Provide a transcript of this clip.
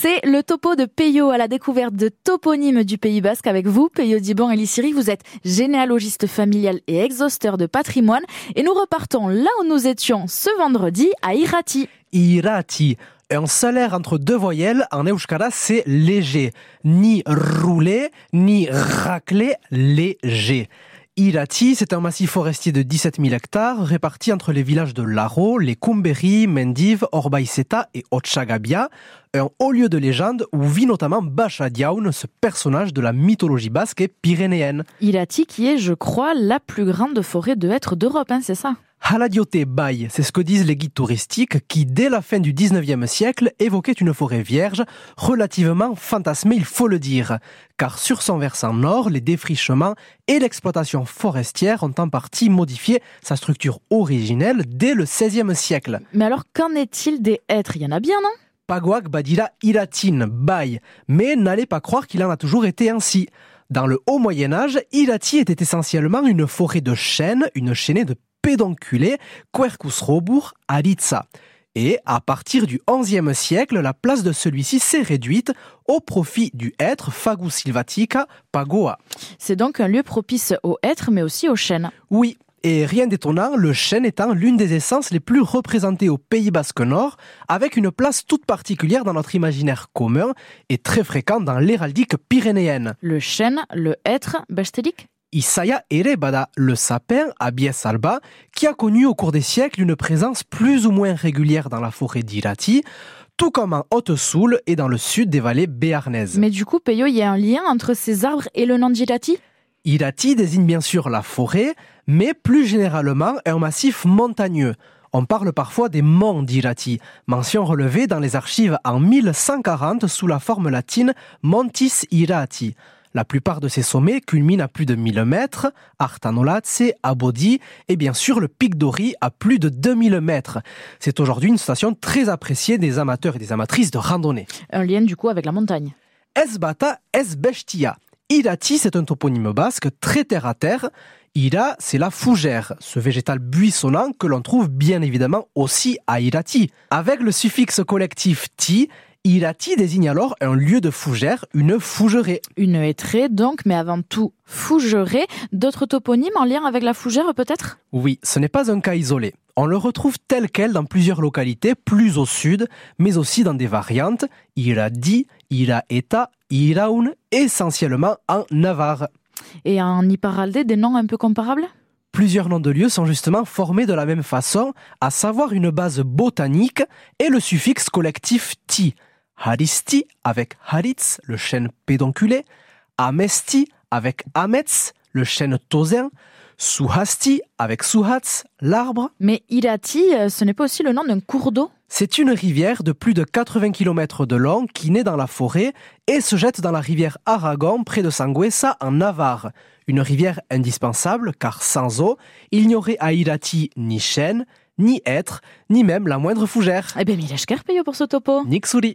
C'est le topo de Peyo à la découverte de toponymes du Pays Basque avec vous, Peyo Diban et Lissiri. Vous êtes généalogiste familial et exhausteur de patrimoine. Et nous repartons là où nous étions ce vendredi, à Irati. Irati. Un salaire entre deux voyelles en euskara, c'est léger. Ni roulé, ni raclé, léger. Irati, c'est un massif forestier de 17 000 hectares réparti entre les villages de Laro, les Kumberi, Mendiv, Orbaïseta et Otchagabia, un haut lieu de légende où vit notamment Bacha Diaoun, ce personnage de la mythologie basque et pyrénéenne. Irati qui est, je crois, la plus grande forêt de hêtres d'Europe, c'est ça ? Haladiote Bay, c'est ce que disent les guides touristiques qui, dès la fin du 19e siècle, évoquaient une forêt vierge, relativement fantasmée, il faut le dire. Car sur son versant nord, les défrichements et l'exploitation forestière ont en partie modifié sa structure originelle dès le 16e siècle. Mais alors, qu'en est-il des hêtres ? Il y en a bien, non ? Pagoak Badira Iratin, Bay. Mais n'allez pas croire qu'il en a toujours été ainsi. Dans le haut Moyen-Âge, Irati était essentiellement une forêt de chênes, une chaînée de pédonculé, Quercus robur, Aritza. Et à partir du XIe siècle, la place de celui-ci s'est réduite au profit du hêtre Fagus sylvatica Pagoa. C'est donc un lieu propice aux hêtres, mais aussi aux chênes. Oui, et rien d'étonnant, le chêne étant l'une des essences les plus représentées au Pays Basque Nord, avec une place toute particulière dans notre imaginaire commun et très fréquent dans l'héraldique pyrénéenne. Le chêne, le hêtre, bestelik ? Isaya Erebada, le sapin à Bies-Alba, qui a connu au cours des siècles une présence plus ou moins régulière dans la forêt d'Irati, tout comme en Haute-Soule et dans le sud des vallées béarnaises. Mais du coup, Peyo, il y a un lien entre ces arbres et le nom d'Irati ? Irati désigne bien sûr la forêt, mais plus généralement un massif montagneux. On parle parfois des monts d'Irati, mention relevée dans les archives en 1140 sous la forme latine Montis Irati. La plupart de ces sommets culminent à plus de 1000 mètres, Artanolatse, Abodi et bien sûr le pic d'Ori à plus de 2000 mètres. C'est aujourd'hui une station très appréciée des amateurs et des amatrices de randonnée. Un lien du coup avec la montagne. Esbata Esbestia. Irati, c'est un toponyme basque très terre-à-terre. Ira, c'est la fougère, ce végétal buissonnant que l'on trouve bien évidemment aussi à Irati. Avec le suffixe collectif ti, Irati désigne alors un lieu de fougère, une fougerée. Une hêtraie donc, mais avant tout fougerée. D'autres toponymes en lien avec la fougère peut-être ? Oui, ce n'est pas un cas isolé. On le retrouve tel quel dans plusieurs localités, plus au sud, mais aussi dans des variantes, Iradi, Iraeta, Iraun, essentiellement en Navarre. Et en Iparraldé, des noms un peu comparables ? Plusieurs noms de lieux sont justement formés de la même façon, à savoir une base botanique et le suffixe collectif ti. Haristi avec Haritz, le chêne pédonculé, Amesti avec Amets, le chêne tausin, Suhasti avec Suhats, l'arbre. Mais Irati, ce n'est pas aussi le nom d'un cours d'eau ? C'est une rivière de plus de 80 km de long qui naît dans la forêt et se jette dans la rivière Aragon près de Sangüesa en Navarre. Une rivière indispensable car sans eau, il n'y aurait à Irati ni chêne, ni hêtre, ni même la moindre fougère. Eh bien, Mileshker Peyo pour ce topo. Niksuri.